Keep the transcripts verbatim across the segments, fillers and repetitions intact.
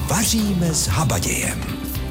Vaříme s Habadějem.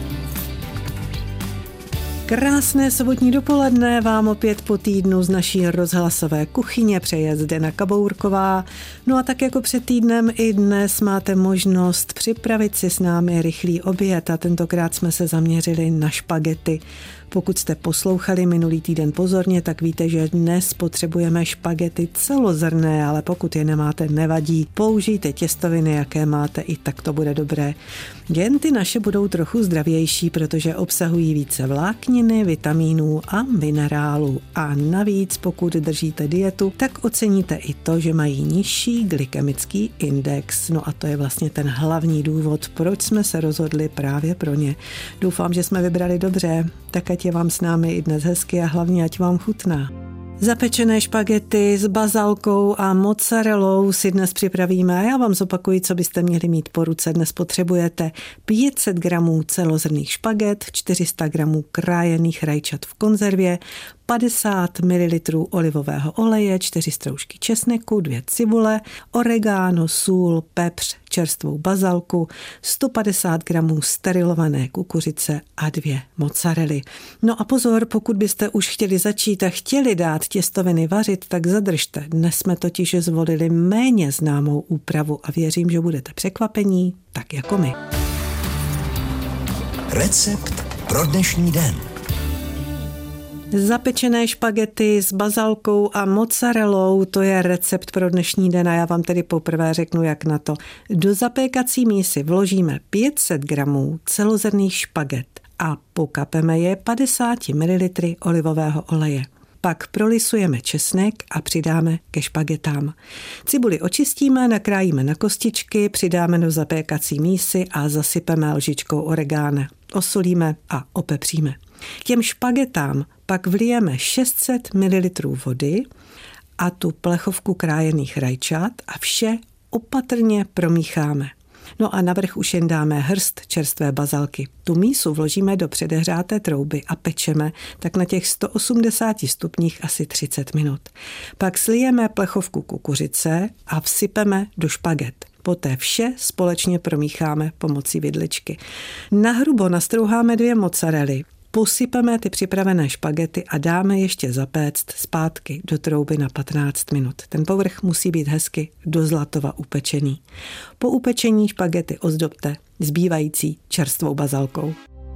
Krásné sobotní dopoledne vám opět po týdnu z naší rozhlasové kuchyně přeje Zdena Kabourková. No a tak jako před týdnem i dnes máte možnost připravit si s námi rychlý oběd a tentokrát jsme se zaměřili na špagety. Pokud jste poslouchali minulý týden pozorně, tak víte, že dnes potřebujeme špagety celozrnné, ale pokud je nemáte, nevadí. Použijte těstoviny, jaké máte, i tak to bude dobré. Jen ty naše budou trochu zdravější, protože obsahují více vlákniny, vitamínů a minerálů. A navíc, pokud držíte dietu, tak oceníte i to, že mají nižší glykemický index. No a to je vlastně ten hlavní důvod, proč jsme se rozhodli právě pro ně. Doufám, že jsme vybrali dobře, tak ať je vám s námi i dnes hezky a hlavně ať vám chutná. Zapečené špagety s bazalkou a mozzarellou si dnes připravíme a já vám zopakuji, co byste měli mít po ruce. Dnes potřebujete pět set gramů celozrnných špaget, čtyři sta gramů krájených rajčat v konzervě, padesát mililitrů olivového oleje, čtyři stroužky česneku, dvě cibule, oregano, sůl, pepř, čerstvou bazalku, sto padesát gramů sterilované kukuřice a dvě mozzarely. No a pozor, pokud byste už chtěli začít a chtěli dát těstoviny vařit, tak zadržte. Dnes jsme totiž zvolili méně známou úpravu a věřím, že budete překvapení, tak jako my. Recept pro dnešní den. Zapečené špagety s bazalkou a mozzarellou, to je recept pro dnešní den a já vám tedy poprvé řeknu, jak na to. Do zapékací mísy vložíme pět set gramů celozrnných špaget a pokapeme je padesát mililitrů olivového oleje. Pak prolisujeme česnek a přidáme ke špagetám. Cibuli očistíme, nakrájíme na kostičky, přidáme do zapékací mísy a zasypeme lžičkou oregána. Osolíme a opepříme. K těm špagetám pak vlijeme šest set mililitrů vody a tu plechovku krájených rajčat a vše opatrně promícháme. No a navrch už jen dáme hrst čerstvé bazalky. Tu mísu vložíme do předehřáté trouby a pečeme tak na těch sto osmdesáti stupních asi třicet minut. Pak slijeme plechovku kukuřice a vsypeme do špaget. Poté vše společně promícháme pomocí vidličky. Nahrubo nastrouháme dvě mozzarely. Posypeme ty připravené špagety a dáme ještě zapéct zpátky do trouby na patnáct minut. Ten povrch musí být hezky do zlatova upečený. Po upečení špagety ozdobte zbývající čerstvou bazalkou.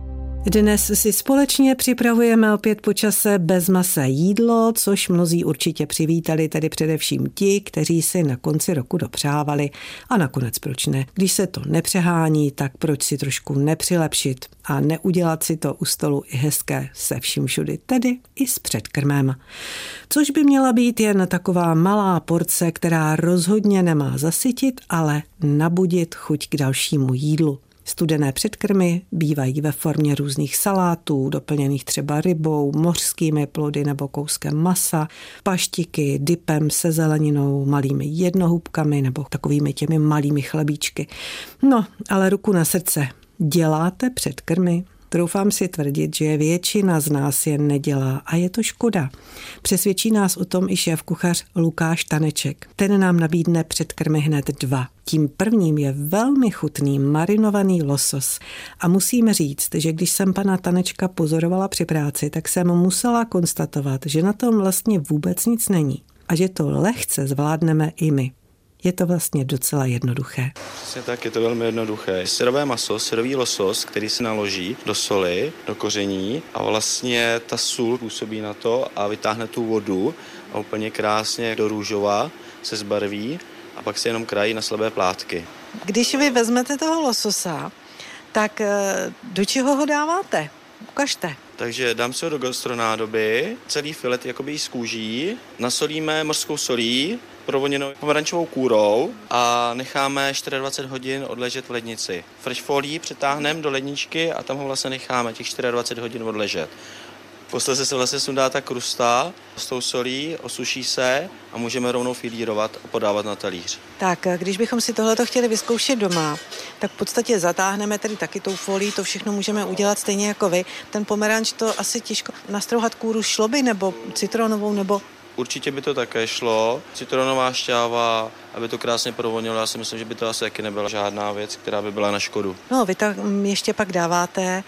Dnes si společně připravujeme opět po čase bez masa jídlo, což mnozí určitě přivítali, tedy především ti, kteří si na konci roku dopřávali. A nakonec proč ne? Když se to nepřehání, tak proč si trošku nepřilepšit a neudělat si to u stolu i hezké se vším všudy, tedy i s předkrmem. Což by měla být jen taková malá porce, která rozhodně nemá zasytit, ale nabudit chuť k dalšímu jídlu. Studené předkrmy bývají ve formě různých salátů, doplněných třeba rybou, mořskými plody nebo kouskem masa, paštiky, dipem se zeleninou, malými jednohubkami nebo takovými těmi malými chlebíčky. No, ale ruku na srdce, děláte předkrmy? Troufám si tvrdit, že většina z nás je nedělá a je to škoda. Přesvědčí nás o tom i šéfkuchař Lukáš Taneček. Ten nám nabídne předkrmy hned dva. Tím prvním je velmi chutný marinovaný losos. A musíme říct, že když jsem pana Tanečka pozorovala při práci, tak jsem musela konstatovat, že na tom vlastně vůbec nic není. A že to lehce zvládneme i my. Je to vlastně docela jednoduché. Přesně tak, je to velmi jednoduché. Syrové maso, syrový losos, který se naloží do soli, do koření a vlastně ta sůl působí na to a vytáhne tu vodu a úplně krásně do růžova se zbarví a pak se jenom krají na slabé plátky. Když vy vezmete toho lososa, tak do čeho ho dáváte? Ukažte. Takže dám si ho do gastronádoby, celý filet jakoby z kůží, nasolíme mořskou solí, provoněnou pomerančovou kůrou a necháme dvacet čtyři hodin odležet v lednici. Fresh folii přetáhneme do ledničky a tam ho vlastně necháme těch dvacet čtyři hodin odležet. Posledně se vlastně sundá ta krusta s tou solí, osuší se a můžeme rovnou filírovat a podávat na talíř. Tak, když bychom si tohleto chtěli vyzkoušet doma, tak v podstatě zatáhneme tedy taky tou folií, to všechno můžeme udělat stejně jako vy. Ten pomeranč to asi těžko nastrouhat kůru šlo by nebo citronovou nebo určitě by to také šlo. Citronová šťáva, aby to krásně provonilo, já si myslím, že by to asi taky nebyla žádná věc, která by byla na škodu. No, vy tam ještě pak dáváte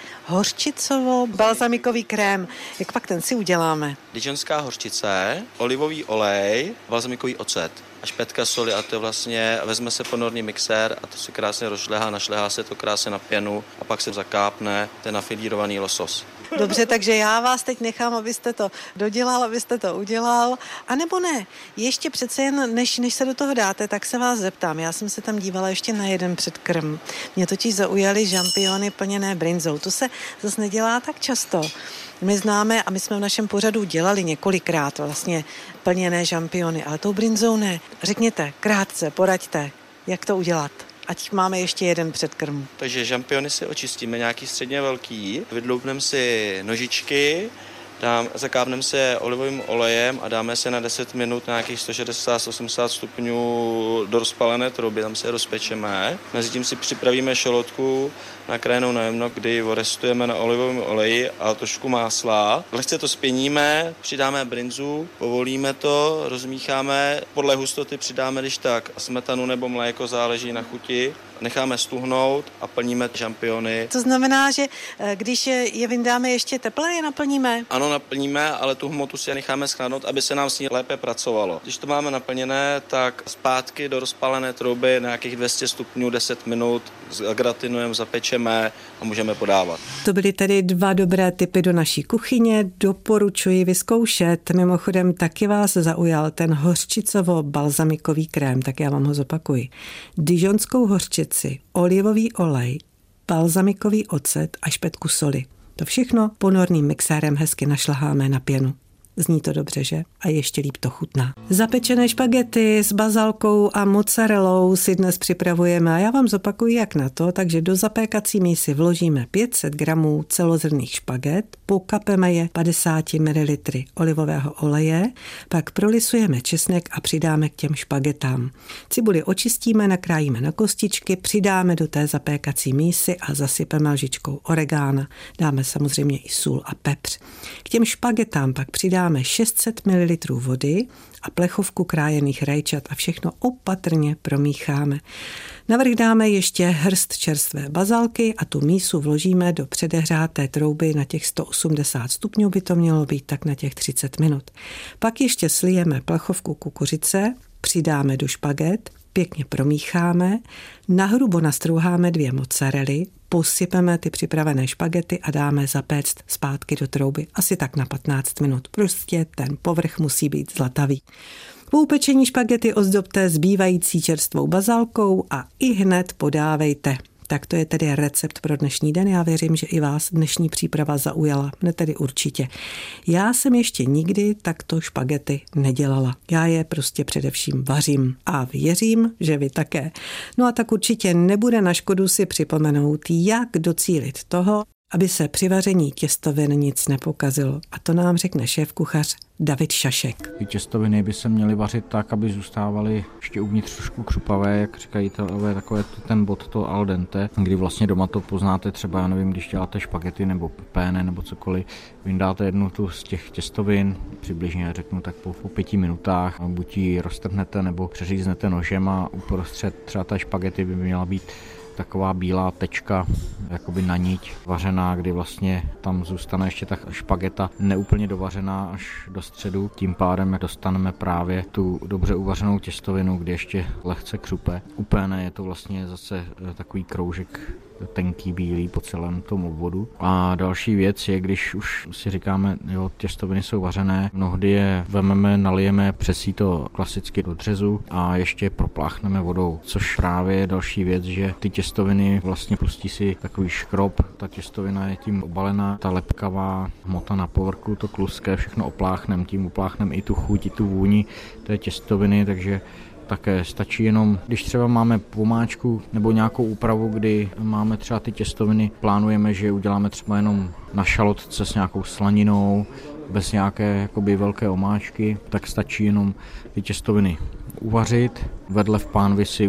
hořčicovo-balzamikový krém. Jak pak ten si uděláme? Dijonská hořčice, olivový olej, balzamikový ocet a špetka soli a to vlastně vezme se ponorný mixér a to se krásně rozšlehá, našlehá se to krásně na pěnu a pak se zakápne ten nafilírovaný losos. Dobře, takže já vás teď nechám, abyste to dodělal, abyste to udělal. A nebo ne, ještě přece jen, než, než se do toho dáte, tak se vás zeptám. Já jsem se tam dívala ještě na jeden předkrm. Mě totiž zaujaly žampiony plněné brinzou. To se zase nedělá tak často. My známe a my jsme v našem pořadu dělali několikrát vlastně plněné žampiony, ale tou brinzou ne. Řekněte, krátce, poraďte, jak to udělat. Ať máme ještě jeden předkrm. Takže žampiony si očistíme, nějaký středně velký, vydloupneme si nožičky, dám, zakápneme se olivovým olejem a dáme se na deset minut na nějakých sto šedesát až osmdesát stupňů do rozpalené trouby, tam se rozpečeme. Mezitím si připravíme šalotku nakrájenou na jemno, kdy orestujeme na olivovém oleji a trošku másla. Lehce to spěníme, přidáme brinzu, povolíme to, rozmícháme, podle hustoty přidáme když tak smetanu nebo mléko, záleží na chuti. Necháme stuhnout a plníme žampiony. To znamená, že když je vyndáme ještě teplé, je naplníme? Ano, naplníme, ale tu hmotu si necháme schladnout, aby se nám s ní lépe pracovalo. Když to máme naplněné, tak zpátky do rozpálené trouby na nějakých dvě stě stupňů deset minut zagratinujeme, zapečeme a můžeme podávat. To byly tedy dva dobré tipy do naší kuchyně, doporučuji vyzkoušet. Mimochodem taky vás zaujal ten hořčicovo-balzamikový krém, tak já vám ho zopakuji. Dijonskou hořčici, olivový olej, balzamikový ocet a špetku soli. To všechno ponorným mixérem hezky našlaháme na pěnu. Zní to dobře, že? A ještě líp to chutná. Zapečené špagety s bazalkou a mozzarellou si dnes připravujeme a já vám zopakuji, jak na to. Takže do zapékací mísy vložíme pět set gramů celozrnných špaget, pokapeme je padesát mililitrů olivového oleje, pak prolisujeme česnek a přidáme k těm špagetám. Cibuli očistíme, nakrájíme na kostičky, přidáme do té zapékací mísy a zasypeme lžičkou oregána. Dáme samozřejmě i sůl a pepř. K těm špagetám pak přidáme šest set mililitrů vody a plechovku krájených rajčat a všechno opatrně promícháme. Navrch dáme ještě hrst čerstvé bazalky a tu mísu vložíme do předehřáté trouby na těch sto osmdesát stupňů, by to mělo být tak na těch třicet minut. Pak ještě slijeme plechovku kukuřice, přidáme do špaget, pěkně promícháme, nahrubo nastrouháme dvě mozzarely, posypeme ty připravené špagety a dáme zapéct zpátky do trouby. Asi tak na patnáct minut. Prostě ten povrch musí být zlatavý. Po upečení špagety ozdobte zbývající čerstvou bazalkou a i hned podávejte. Tak to je tedy recept pro dnešní den. Já věřím, že i vás dnešní příprava zaujala. Ne tedy určitě. Já jsem ještě nikdy takto špagety nedělala. Já je prostě především vařím a věřím, že vy také. No a tak určitě nebude na škodu si připomenout, jak docílit toho, aby se při vaření těstovin nic nepokazilo. A to nám řekne šéfkuchař David Šašek. Ty těstoviny by se měly vařit tak, aby zůstávaly ještě uvnitř trošku křupavé, jak říkají Italové, takové ten bod to al dente, kdy vlastně doma to poznáte třeba, já nevím, když děláte špagety nebo péne nebo cokoliv, vyndáte jednu tu z těch těstovin, přibližně řeknu tak po, po pěti minutách, a buď ji roztrhnete nebo přeříznete nožem a uprostřed třeba té špagety by měla být taková bílá tečka, jakoby na niť vařená, kdy vlastně tam zůstane ještě ta špageta neúplně dovařená až do středu. Tím pádem dostaneme právě tu dobře uvařenou těstovinu, kdy ještě lehce křupe. Upéné je to vlastně zase takový kroužek tenký, bílý po celém tom obvodu. A další věc je, když už si říkáme, jo, těstoviny jsou vařené, mnohdy je vememe, nalijeme přes to klasicky do dřezu a ještě propláchneme vodou, což právě je další věc, že ty těstoviny vlastně pustí si takový škrob, ta těstovina je tím obalená, ta lepkavá hmota na povrchu, to kluské, všechno opláchnem, tím opláchnem i tu chuť, i tu vůni té těstoviny, takže také stačí jenom, když třeba máme pomáčku nebo nějakou úpravu, kdy máme třeba ty těstoviny, plánujeme, že uděláme třeba jenom na šalotce s nějakou slaninou, bez nějaké jakoby velké omáčky, tak stačí jenom ty těstoviny uvařit, vedle v pánvi si udělat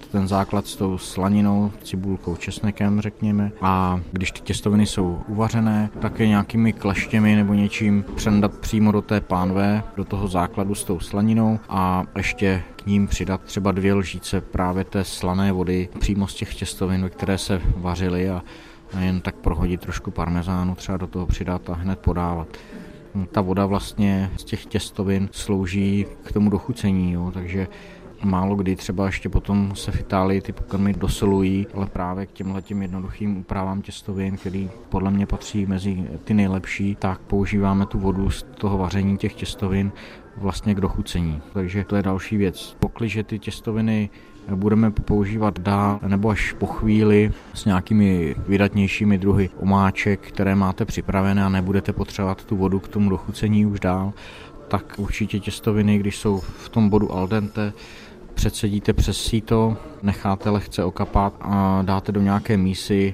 ten základ s tou slaninou, cibulkou, česnekem, řekněme. A když ty těstoviny jsou uvařené, tak je nějakými kleštěmi nebo něčím přendat přímo do té pánve, do toho základu s tou slaninou a ještě k ním přidat třeba dvě lžíce právě té slané vody přímo z těch těstovin, ve které se vařily a jen tak prohodit trošku parmezánu, třeba do toho přidat a hned podávat. Ta voda vlastně z těch těstovin slouží k tomu dochucení, jo, takže málo kdy třeba ještě potom se v Itálii ty pokrmy dosolují, ale právě k těmhletěm jednoduchým úpravám těstovin, který podle mě patří mezi ty nejlepší, tak používáme tu vodu z toho vaření těch těstovin vlastně k dochucení. Takže to je další věc. Pokliže ty těstoviny budeme používat dál nebo až po chvíli s nějakými vydatnějšími druhy omáček, které máte připravené a nebudete potřebovat tu vodu k tomu dochucení už dál, tak určitě těstoviny, když jsou v tom bodu al dente, předsedíte přes síto, necháte lehce okapat a dáte do nějaké mísy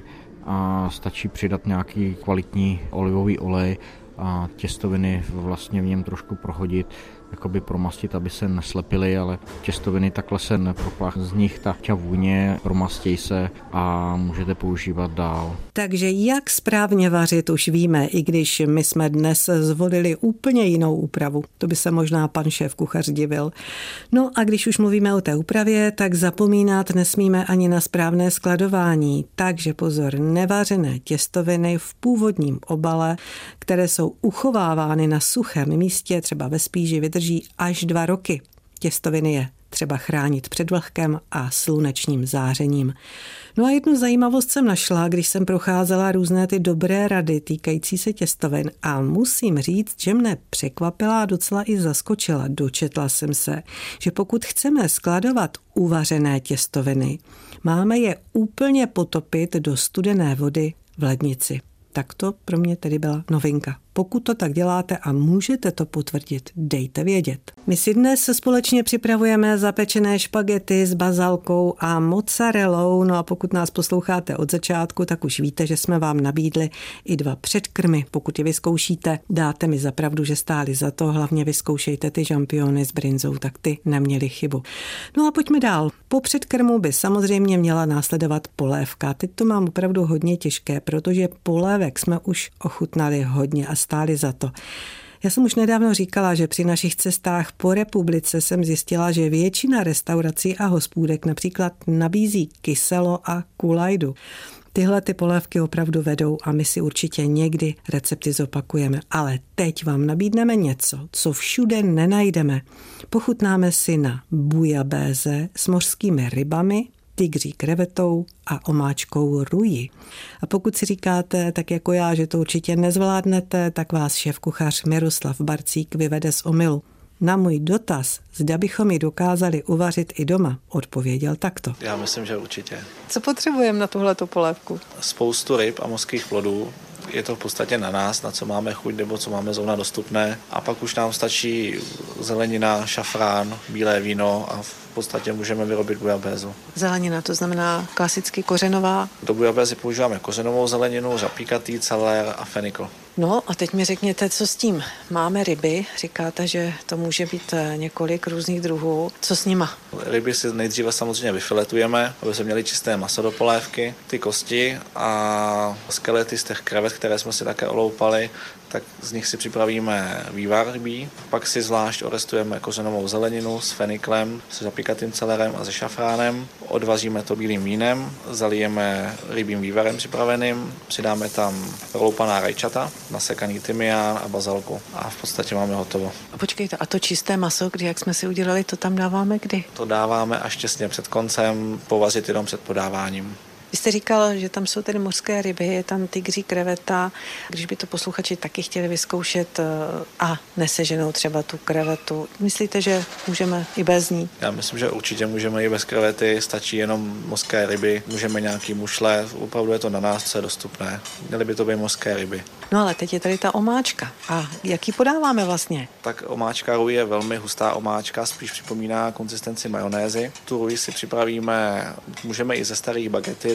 a stačí přidat nějaký kvalitní olivový olej a těstoviny vlastně v něm trošku prohodit, jakoby promastit, aby se neslepily, ale těstoviny takhle se nepropláchá z nich ta ťa vůně, promastěj se a můžete používat dál. Takže jak správně vařit už víme, i když my jsme dnes zvolili úplně jinou úpravu. To by se možná pan šéf kuchař divil. No a když už mluvíme o té úpravě, tak zapomínat nesmíme ani na správné skladování. Takže pozor, nevařené těstoviny v původním obale, které jsou uchovávány na suchém místě, třeba ve spíži, vydrží až dva roky. Těstoviny je třeba chránit před vlhkem a slunečním zářením. No a jednu zajímavost jsem našla, když jsem procházela různé ty dobré rady týkající se těstovin a musím říct, že mne překvapila a docela i zaskočila. Dočetla jsem se, že pokud chceme skladovat uvařené těstoviny, máme je úplně potopit do studené vody v lednici. Tak to pro mě tedy byla novinka. Pokud to tak děláte a můžete to potvrdit, dejte vědět. My si dnes společně připravujeme zapečené špagety s bazalkou a mozzarellou, no a pokud nás posloucháte od začátku, tak už víte, že jsme vám nabídli i dva předkrmy. Pokud je vyzkoušíte, dáte mi za pravdu, že stáli za to, hlavně vyzkoušejte ty žampiony s brinzou, tak ty neměli chybu. No a pojďme dál. Po předkrmu by samozřejmě měla následovat polévka. Teď to mám opravdu hodně těžké, protože polévek jsme už ochutnali hodně a stáli za to. Já jsem už nedávno říkala, že při našich cestách po republice jsem zjistila, že většina restaurací a hospůdek například nabízí kyselo a kulajdu. Tyhle ty polévky opravdu vedou a my si určitě někdy recepty zopakujeme. Ale teď vám nabídneme něco, co všude nenajdeme. Pochutnáme si na bujabéze s mořskými rybami, tygří krevetou a omáčkou ruji. A pokud si říkáte, tak jako já, že to určitě nezvládnete, tak vás šéfkuchař Miroslav Barcík vyvede z omylu. Na můj dotaz, zda bychom ji dokázali uvařit i doma, odpověděl takto. Já myslím, že určitě. Co potřebujeme na tuhletu polévku? Spoustu ryb a mořských plodů. Je to v podstatě na nás, na co máme chuť nebo co máme zrovna dostupné. A pak už nám stačí zelenina, šafrán, bílé víno a v podstatě můžeme vyrobit bujabézu. Zelenina, to znamená klasicky kořenová. Do bujabézy používáme kořenovou zeleninu, řapíkatý, celer a fenikl. No a teď mi řekněte, co s tím. Máme ryby, říkáte, že to může být několik různých druhů. Co s nima? Ryby si nejdříve samozřejmě vyfiletujeme, aby jsme měli čisté maso do polévky, ty kosti a skelety z těch krevet, které jsme si také oloupali, tak z nich si připravíme vývar rybí, pak si zvlášť orestujeme kořenovou zeleninu s feniklem, se zapíkatým celerem a se šafránem, odvaříme to bílým vínem, zalijeme rybím vývarem připraveným, přidáme tam loupaná rajčata, nasekaný tymián a bazalku a v podstatě máme hotovo. A počkejte, a to čisté maso, kdy jak jsme si udělali, to tam dáváme kdy? To dáváme až těsně před koncem, povařit jenom před podáváním. Vy jste říkal, že tam jsou tedy mořské ryby, je tam tygří kreveta. Když by to posluchači taky chtěli vyzkoušet a neseženou třeba tu krevetu, myslíte, že můžeme i bez ní? Já myslím, že určitě můžeme i bez krevety, stačí jenom mořské ryby, můžeme nějaký mušle, opravdu je to na nás, co je dostupné. Měly by to být mořské ryby. No ale teď je tady ta omáčka. A jak ji podáváme vlastně? Tak omáčka ruj je velmi hustá omáčka, spíš připomíná konzistenci majonézy. Tu ruj si připravíme, můžeme i ze starých bagety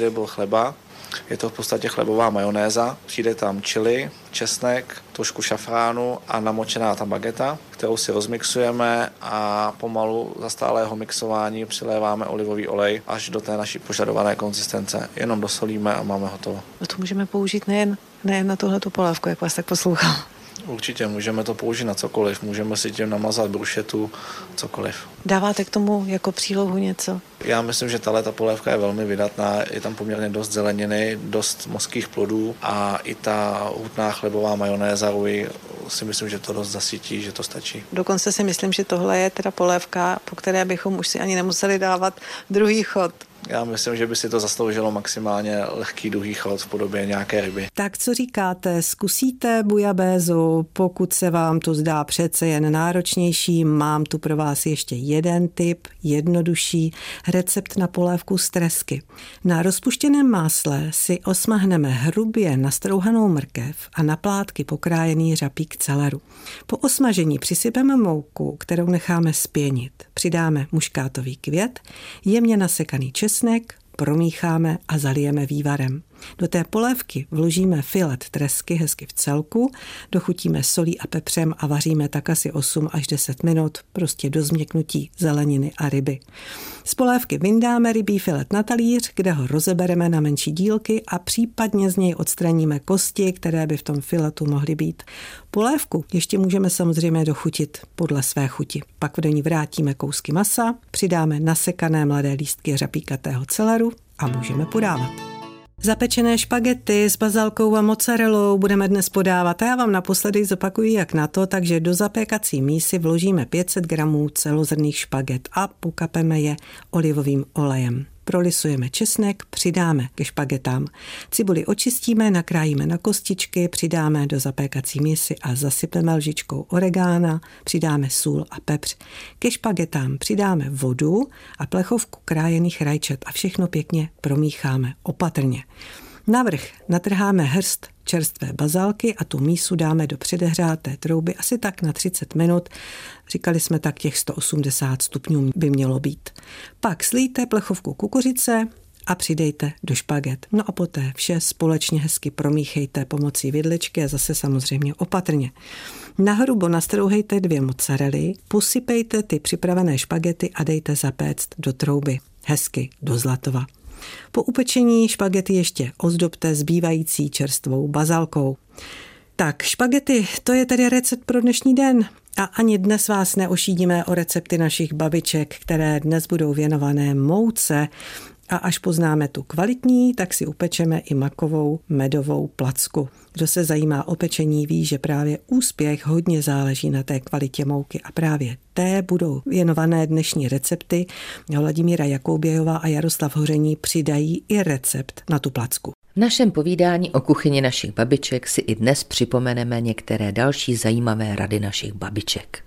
byl chleba. Je to v podstatě chlebová majonéza, přijde tam chili, česnek, trošku šafránu a namočená tam bageta, kterou si rozmixujeme a pomalu za stálého mixování přiléváme olivový olej až do té naší požadované konzistence. Jenom dosolíme a máme hotovo. No to můžeme použít nejen, nejen na tuhletu polévku, jak vás tak poslouchám. Určitě můžeme to použít na cokoliv, můžeme si tím namazat brušetu, cokoliv. Dáváte k tomu jako přílohu něco? Já myslím, že tahle ta polévka je velmi vydatná, je tam poměrně dost zeleniny, dost mořských plodů a i ta hutná chlebová majonéza Rui si myslím, že to dost zasytí, že to stačí. Dokonce si myslím, že tohle je teda polévka, po které bychom už si ani nemuseli dávat druhý chod. Já myslím, že by si to zasloužilo maximálně lehký druhý chod v podobě nějaké ryby. Tak co říkáte, zkusíte bujabézu, pokud se vám to zdá přece jen náročnější, mám tu pro vás ještě jeden tip, jednodušší, recept na polévku z tresky. Na rozpuštěném másle si osmahneme hrubě nastrouhanou mrkev a na plátky pokrájený řapík celeru. Po osmažení přisypeme mouku, kterou necháme spěnit. Přidáme muškátový květ, jemně nasekaný česnek, promícháme a zalijeme vývarem. Do té polévky vložíme filet tresky hezky v celku, dochutíme solí a pepřem a vaříme tak asi osm až deset minut, prostě do změknutí zeleniny a ryby. Z polévky vyndáme rybí filet na talíř, kde ho rozebereme na menší dílky a případně z něj odstraníme kosti, které by v tom filetu mohly být. Polévku ještě můžeme samozřejmě dochutit podle své chuti. Pak do ní vrátíme kousky masa, přidáme nasekané mladé lístky řapíkatého celeru a můžeme podávat. Zapečené špagety s bazalkou a mozzarellou budeme dnes podávat a já vám naposledy zopakuji, jak na to, takže do zapékací mísy vložíme pět set gramů celozrnných špaget a pokapeme je olivovým olejem. Prolisujeme česnek, přidáme ke špagetám. Cibuli očistíme, nakrájíme na kostičky, přidáme do zapékací mísy a zasypeme lžičkou oregána, přidáme sůl a pepř. Ke špagetám přidáme vodu a plechovku krájených rajčat a všechno pěkně promícháme opatrně. Navrch natrháme hrst čerstvé bazalky a tu mísu dáme do předehřáté trouby asi tak na třicet minut. Říkali jsme tak, těch sto osmdesát stupňů by mělo být. Pak slijte plechovku kukuřice a přidejte do špaget. No a poté vše společně hezky promíchejte pomocí vidličky a zase samozřejmě opatrně. Nahrubo nastrouhejte dvě mozzarely, posypejte ty připravené špagety a dejte zapéct do trouby. Hezky do zlatova. Po upečení špagety ještě ozdobte zbývající čerstvou bazalkou. Tak, špagety, to je tedy recept pro dnešní den. A ani dnes vás neošídíme o recepty našich babiček, které dnes budou věnované mouce. A až poznáme tu kvalitní, tak si upečeme i makovou medovou placku. Kdo se zajímá o pečení, ví, že právě úspěch hodně záleží na té kvalitě mouky a právě té budou věnované dnešní recepty. Vladimíra Jakoubějová a Jaroslav Hoření přidají i recept na tu placku. V našem povídání o kuchyni našich babiček si i dnes připomeneme některé další zajímavé rady našich babiček.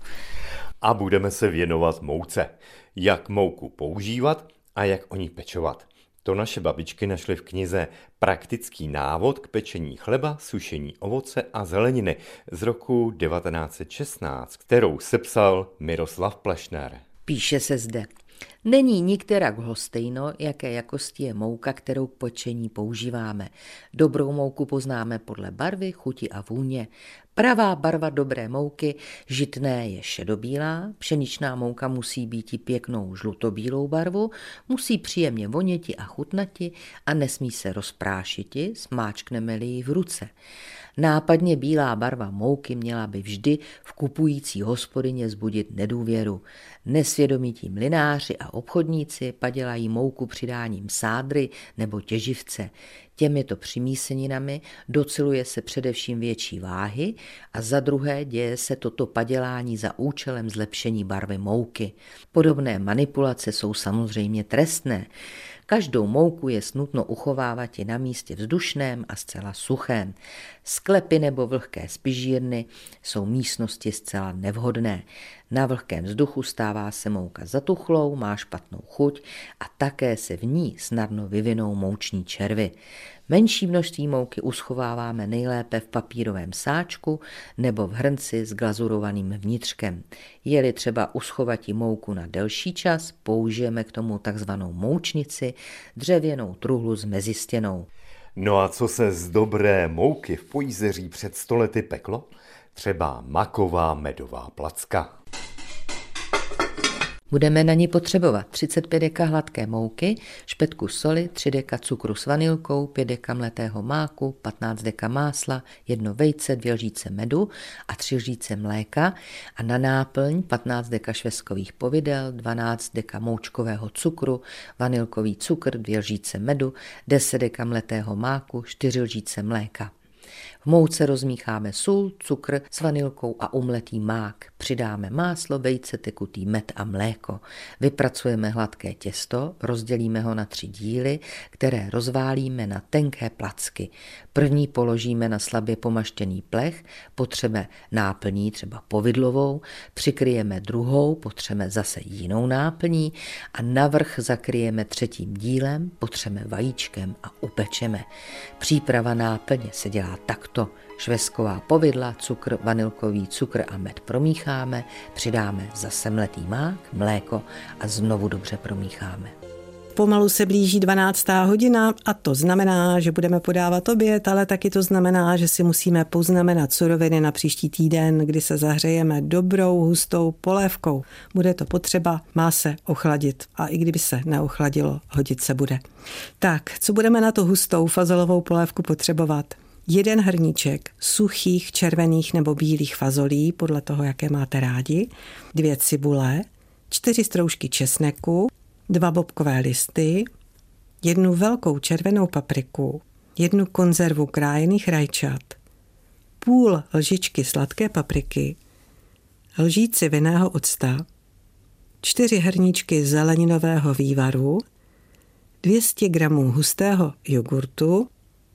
A budeme se věnovat mouce. Jak mouku používat a jak o ní pečovat. To naše babičky našly v knize Praktický návod k pečení chleba, sušení ovoce a zeleniny z roku devatenáct set šestnáct, kterou sepsal Miroslav Plešner. Píše se zde: Není nikterak lhostejno, jaké jakosti je mouka, kterou k pečení používáme. Dobrou mouku poznáme podle barvy, chuti a vůně. Pravá barva dobré mouky žitné je šedobílá, pšeničná mouka musí být i pěknou žlutobílou barvu, musí příjemně voněti a chutnati a nesmí se rozprášiti, smáčkneme-li ji v ruce. Nápadně bílá barva mouky měla by vždy v kupující hospodyně vzbudit nedůvěru. Nesvědomití mlynáři a obchodníci padělají mouku přidáním sádry nebo těživce. Těmito přimíseninami doceluje se především větší váhy a za druhé děje se toto padělání za účelem zlepšení barvy mouky. Podobné manipulace jsou samozřejmě trestné. Každou mouku je nutno uchovávat i na místě vzdušném a zcela suchém. Sklepy nebo vlhké spižírny jsou místnosti zcela nevhodné. Na vlhkém vzduchu stává se mouka zatuchlou, má špatnou chuť a také se v ní snadno vyvinou mouční červy. Menší množství mouky uschováváme nejlépe v papírovém sáčku nebo v hrnci s glazurovaným vnitřkem. Je-li třeba uschovati mouku na delší čas, použijeme k tomu takzvanou moučnici, dřevěnou truhlu s mezistěnou. No a co se z dobré mouky v Pojízeří před sto lety peklo? Třeba maková medová placka. Budeme na ní potřebovat třicet pět deka hladké mouky, špetku soli, tři deka cukru s vanilkou, pět deka mletého máku, patnáct deka másla, jedno vejce, dvě lžíce medu a tři lžíce mléka a na náplň patnáct deka švestkových povidel, dvanáct deka moučkového cukru, vanilkový cukr, dvě lžíce medu, deset deka mletého máku, čtyři lžíce mléka. V mouce rozmícháme sůl, cukr s vanilkou a umletý mák. Přidáme máslo, vejce, tekutý med a mléko. Vypracujeme hladké těsto, rozdělíme ho na tři díly, které rozválíme na tenké placky. První položíme na slabě pomaštěný plech, potřeme náplní, třeba povidlovou, přikryjeme druhou, potřeme zase jinou náplní a navrch zakryjeme třetím dílem, potřeme vajíčkem a upečeme. Příprava náplně se dělá takto. Švestková povidla, cukr, vanilkový cukr a med promícháme, přidáme zase mletý mák, mléko a znovu dobře promícháme. Pomalu se blíží dvanáctá hodina a to znamená, že budeme podávat oběd, ale taky to znamená, že si musíme poznamenat suroviny na příští týden, kdy se zahřejeme dobrou hustou polévkou. Bude to potřeba, má se ochladit a i kdyby se neochladilo, hodit se bude. Tak, co budeme na tu hustou fazolovou polévku potřebovat? Jeden hrníček suchých červených nebo bílých fazolí, podle toho, jaké máte rádi, dvě cibule, čtyři stroužky česneku, dva bobkové listy, jednu velkou červenou papriku, jednu konzervu krájených rajčat, půl lžičky sladké papriky, lžíci vinného octa, čtyři hrníčky zeleninového vývaru, dvě stě gramů hustého jogurtu,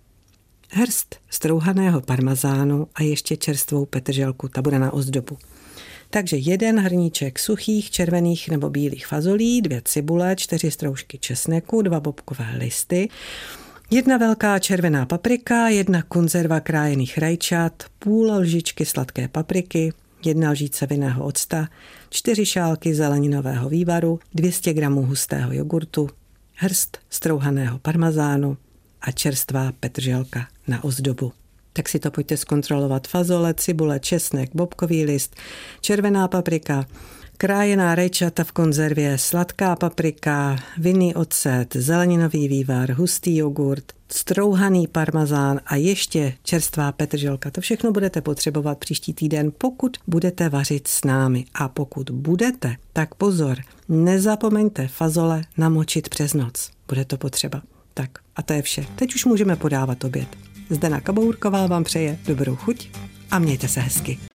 hrst strouhaného parmazánu a ještě čerstvou petrželku, ta bude na ozdobu. Takže jeden hrníček suchých červených nebo bílých fazolí, dvě cibule, čtyři stroužky česneku, dva bobkové listy, jedna velká červená paprika, jedna konzerva krájených rajčat, půl lžičky sladké papriky, jedna lžíce vinného octa, čtyři šálky zeleninového vývaru, dvě stě gramů hustého jogurtu, hrst strouhaného parmazánu a čerstvá petrželka na ozdobu. Tak si to pojďte zkontrolovat. Fazole, cibule, česnek, bobkový list, červená paprika, krájená rajčata v konzervě, sladká paprika, vinný ocet, zeleninový vývar, hustý jogurt, strouhaný parmazán a ještě čerstvá petrželka. To všechno budete potřebovat příští týden, pokud budete vařit s námi. A pokud budete, tak pozor, nezapomeňte fazole namočit přes noc. Bude to potřeba. Tak a to je vše. Teď už můžeme podávat oběd. Zdena Kabourková vám přeje dobrou chuť a mějte se hezky.